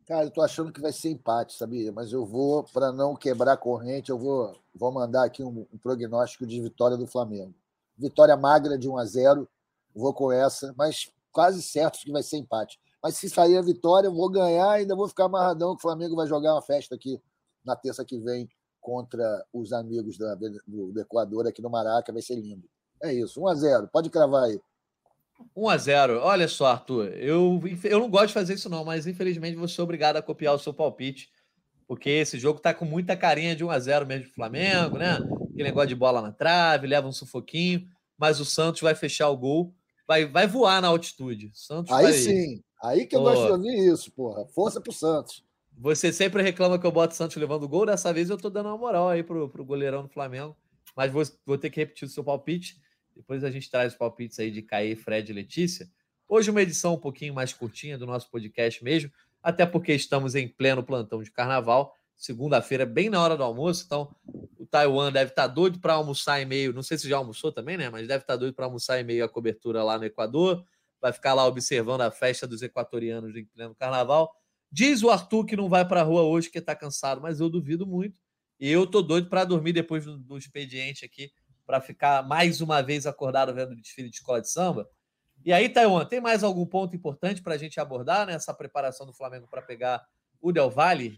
Cara, eu tô achando que vai ser empate, sabia? Mas eu vou, para não quebrar a corrente, eu vou mandar aqui um prognóstico de vitória do Flamengo. Vitória magra de 1-0, vou com essa, mas quase certo que vai ser empate. Mas se sair a vitória, eu vou ganhar e ainda vou ficar amarradão que o Flamengo vai jogar uma festa aqui na terça que vem contra os amigos do Equador aqui no Maraca, vai ser lindo. É isso, 1-0, pode cravar aí. 1-0. Olha só, Arthur, eu não gosto de fazer isso não, mas infelizmente vou ser obrigado a copiar o seu palpite, porque esse jogo tá com muita carinha de 1-0 mesmo do Flamengo, né? Aquele negócio de bola na trave, leva um sufoquinho, mas o Santos vai fechar o gol, vai voar na altitude. Santos Aí vai... sim, aí que eu gosto de ouvir isso, porra. Força pro Santos. Você sempre reclama que eu boto o Santos levando gol, dessa vez eu tô dando uma moral aí pro goleirão do Flamengo, mas vou ter que repetir o seu palpite. Depois a gente traz os palpites aí de Caê, Fred e Letícia. Hoje uma edição um pouquinho mais curtinha do nosso podcast mesmo, até porque estamos em pleno plantão de carnaval, segunda-feira, bem na hora do almoço, então o Taiwan deve estar doido para almoçar em meio, não sei se já almoçou também, né? Mas deve estar doido para almoçar em meio à cobertura lá no Equador, vai ficar lá observando a festa dos equatorianos em pleno carnaval. Diz o Arthur que não vai para a rua hoje porque está cansado, mas eu duvido muito. E eu tô doido para dormir depois do expediente aqui, para ficar mais uma vez acordado vendo o desfile de escola de samba. E aí, Taiwan, tem mais algum ponto importante para a gente abordar nessa preparação do Flamengo para pegar o Del Valle?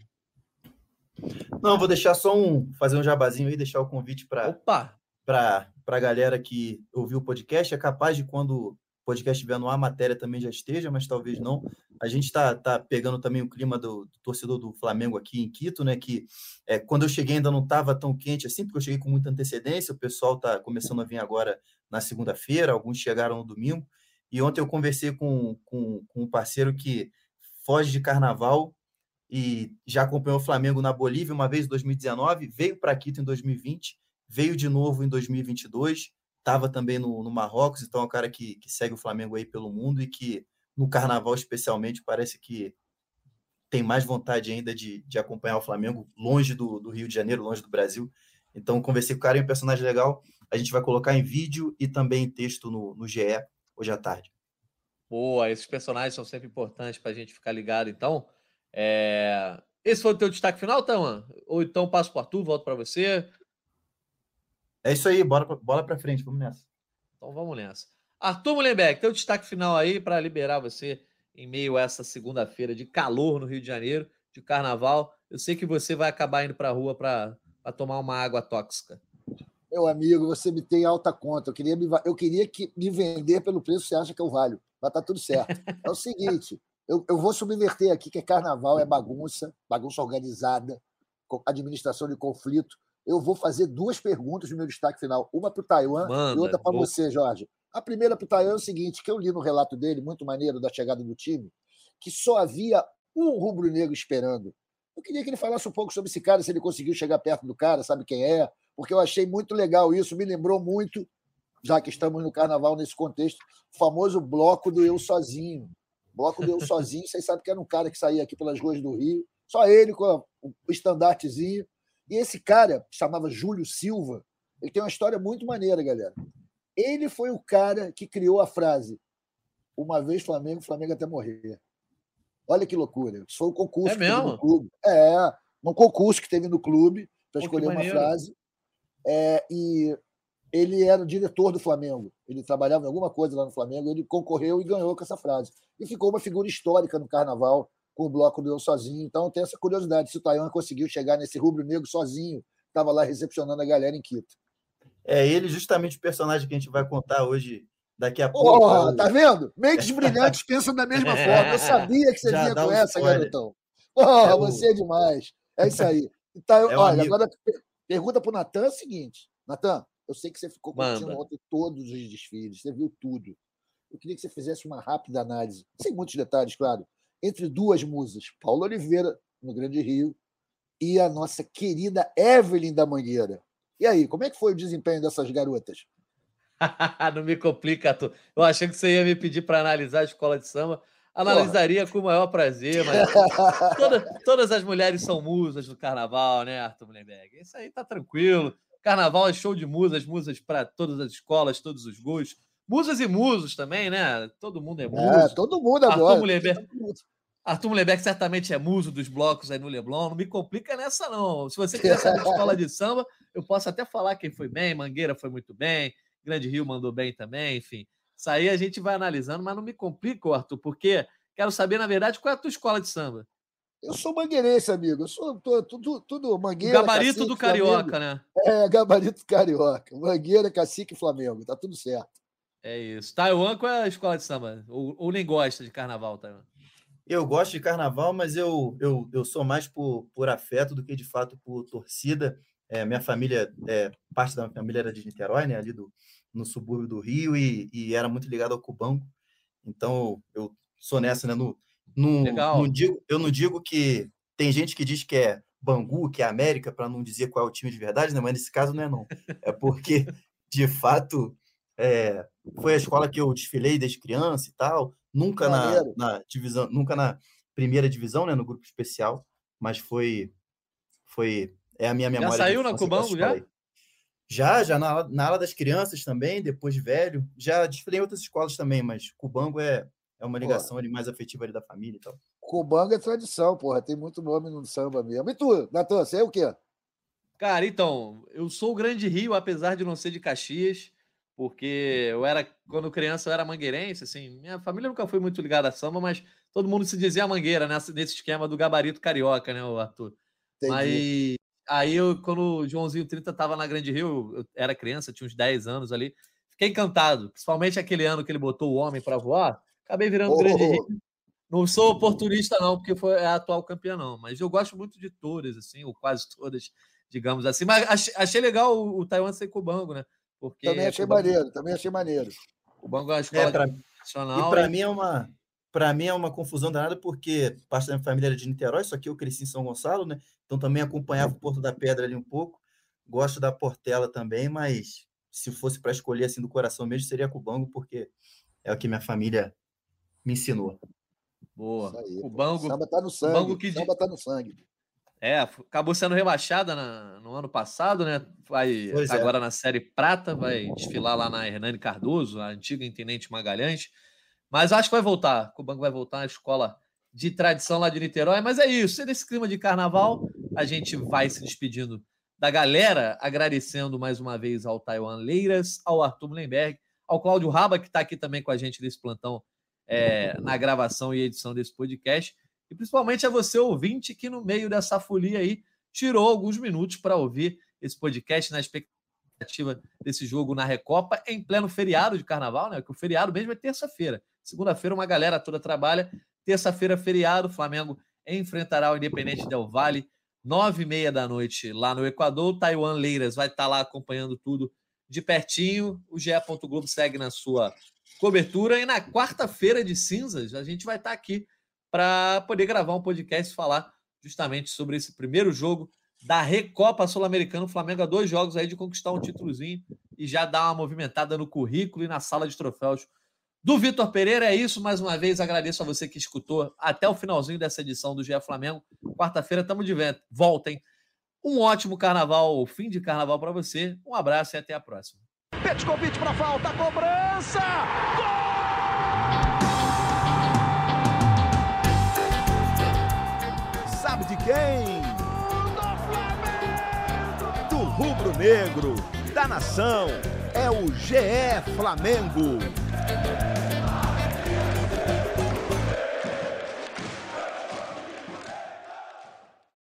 Não, vou deixar só fazer um jabazinho aí, deixar o convite para a galera que ouviu o podcast. É capaz de quando o podcast estiver no ar, a matéria também já esteja, mas talvez não. A gente está pegando também o clima do torcedor do Flamengo aqui em Quito, né? Que quando eu cheguei ainda não estava tão quente assim, porque eu cheguei com muita antecedência. O pessoal está começando a vir agora na segunda-feira, alguns chegaram no domingo. E ontem eu conversei com um parceiro que foge de carnaval e já acompanhou o Flamengo na Bolívia uma vez em 2019, veio para Quito em 2020, veio de novo em 2022, estava também no Marrocos, então é um cara que segue o Flamengo aí pelo mundo e que no carnaval especialmente parece que tem mais vontade ainda de acompanhar o Flamengo longe do Rio de Janeiro, longe do Brasil. Então conversei com o cara, é um personagem legal, a gente vai colocar em vídeo e também em texto no GE hoje à tarde. Boa, esses personagens são sempre importantes para a gente ficar ligado, então. Esse foi o teu destaque final, Taiwan? Ou então passo para o Arthur, volto para você? É isso aí, bola para frente, vamos nessa. Então vamos nessa. Arthur Mullenberg, teu destaque final aí para liberar você em meio a essa segunda-feira de calor no Rio de Janeiro, de carnaval. Eu sei que você vai acabar indo para a rua para tomar uma água tóxica. Meu amigo, você me tem alta conta. Eu queria que me vender pelo preço que você acha que eu valho. Vai estar tudo certo. É o seguinte, eu vou subverter aqui que carnaval é bagunça organizada, administração de conflito. Eu vou fazer 2 perguntas no meu destaque final. Uma para o Taiwan e outra para você, Jorge. A primeira para o Taiwan é o seguinte, que eu li no relato dele, muito maneiro, da chegada do time, que só havia um rubro-negro esperando. Eu queria que ele falasse um pouco sobre esse cara, se ele conseguiu chegar perto do cara, sabe quem é, porque eu achei muito legal isso, me lembrou muito, já que estamos no carnaval nesse contexto, o famoso bloco do Eu Sozinho. Bloco do Eu Sozinho, vocês sabem que era um cara que saía aqui pelas ruas do Rio, só ele com o estandartezinho. E esse cara, chamava Júlio Silva, ele tem uma história muito maneira, galera. Ele foi o cara que criou a frase "Uma vez Flamengo, Flamengo até morrer". Olha que loucura. Isso foi um concurso que teve no clube. Um concurso que teve no clube para escolher uma frase. E ele era o diretor do Flamengo. Ele trabalhava em alguma coisa lá no Flamengo. Ele concorreu e ganhou com essa frase. E ficou uma figura histórica no carnaval com o bloco do Eu Sozinho. Então, tem essa curiosidade se o Taiwan conseguiu chegar nesse rubro-negro sozinho, estava lá recepcionando a galera em Quito. É ele justamente o personagem que a gente vai contar hoje, daqui a pouco. Tá vendo? Mentes brilhantes pensam da mesma forma. Eu sabia que você vinha com essa, garotão. Você é demais. É isso aí. Então, olha, agora pergunta para o Natan é o seguinte. Natan, eu sei que você ficou curtindo ontem todos os desfiles, você viu tudo. Eu queria que você fizesse uma rápida análise, sem muitos detalhes, claro, entre 2 musas, Paula Oliveira, no Grande Rio, e a nossa querida Evelyn da Mangueira. E aí, como é que foi o desempenho dessas garotas? Não me complica, Arthur. Eu achei que você ia me pedir para analisar a escola de samba. Analisaria com o maior prazer, mas todas as mulheres são musas do carnaval, né, Arthur Mullenberg? Isso aí tá tranquilo. Carnaval é show de musas para todas as escolas, todos os gostos. Musas e musos também, né? Todo mundo é muso. Todo mundo agora. Arthur Mullenberg, Arthur Mullenberg certamente é muso dos blocos aí no Leblon. Não me complica nessa, não. Se você quiser saber de escola de samba, eu posso até falar quem foi bem. Mangueira foi muito bem. Grande Rio mandou bem também, enfim. Isso aí a gente vai analisando, mas não me complica, Arthur, porque quero saber, na verdade, qual é a tua escola de samba. Eu sou mangueirense, amigo. Eu sou tudo Mangueira, o gabarito Cacique, do Carioca, Flamengo. né? Gabarito Carioca. Mangueira, Cacique e Flamengo. Tá tudo certo. É isso. Taiwan, qual é a escola de samba? Ou nem gosta de carnaval, Taiwan? Eu gosto de carnaval, mas eu sou mais por afeto do que, de fato, por torcida. Minha família, parte da minha família era de Niterói, né? Ali no subúrbio do Rio, e era muito ligado ao Cubango. Então, eu sou nessa, né? Eu não digo que tem gente que diz que é Bangu, que é América, para não dizer qual é o time de verdade, né? Mas nesse caso não é, não. É porque, de fato, foi a escola que eu desfilei desde criança e tal. Nunca na divisão, nunca na primeira divisão, né? No grupo especial, mas foi a minha memória. Já saiu na Cubango, já? Já na ala das crianças também, depois de velho. Já desfilei em outras escolas também, mas Cubango é uma ligação ali mais afetiva ali da família e tal. Cubango é tradição, porra. Tem muito nome no samba mesmo. E tu, Natan, você é o quê? Cara, então, eu sou o Grande Rio, apesar de não ser de Caxias, porque quando criança, eu era mangueirense, assim, minha família nunca foi muito ligada a samba, mas todo mundo se dizia mangueira, nesse esquema do gabarito carioca, né, Arthur? Entendi. Mas aí, quando o Joãozinho 30 estava na Grande Rio, eu era criança, tinha uns 10 anos ali, fiquei encantado, principalmente aquele ano que ele botou o homem para voar, acabei virando Grande Rio. Não sou oportunista, não, porque foi a atual campeã, não, mas eu gosto muito de todas, assim, ou quase todas, digamos assim, mas achei legal o Taiwan ser Cubango, né? Porque também achei maneiro. O Bangu é uma escola nacional. E para mim é uma confusão danada, porque parte da minha família era de Niterói, só que eu cresci em São Gonçalo, né? Então também acompanhava o Porto da Pedra ali um pouco. Gosto da Portela também, mas se fosse para escolher assim do coração mesmo, seria Cubango, porque é o que minha família me ensinou. Boa. O Bangu, samba tá no sangue. Samba tá no sangue. Acabou sendo rebaixada no ano passado, né? Vai agora na Série Prata, vai desfilar lá na Hernani Cardoso, a antiga Intendente Magalhães. Mas acho que vai voltar. O Bangu vai voltar na escola de tradição lá de Niterói. Mas é isso. Nesse clima de carnaval, a gente vai se despedindo da galera, agradecendo mais uma vez ao Taiwan Leiras, ao Arthur Mullenberg, ao Cláudio Raba, que está aqui também com a gente nesse plantão, na gravação e edição desse podcast. E principalmente a você, ouvinte, que no meio dessa folia aí tirou alguns minutos para ouvir esse podcast na expectativa desse jogo na Recopa em pleno feriado de carnaval, né? Que o feriado mesmo é terça-feira. Segunda-feira uma galera toda trabalha. Terça-feira, feriado, o Flamengo enfrentará o Independente Del Valle, 9h30 da noite lá no Equador. O Taiwan Leiras vai estar lá acompanhando tudo de pertinho. O GE. Globo segue na sua cobertura. E na quarta-feira de cinzas, a gente vai estar aqui para poder gravar um podcast e falar justamente sobre esse primeiro jogo da Recopa Sul-Americana. O Flamengo a 2 jogos aí de conquistar um títulozinho e já dar uma movimentada no currículo e na sala de troféus do Vitor Pereira. É isso, mais uma vez agradeço a você que escutou até o finalzinho dessa edição do GE Flamengo. Quarta-feira estamos de volta, hein? Um ótimo carnaval, fim de carnaval para você. Um abraço e até a próxima. Petkovic para falta, cobrança! Gol! Sabe de quem? Do rubro-negro, da nação, é o GE Flamengo.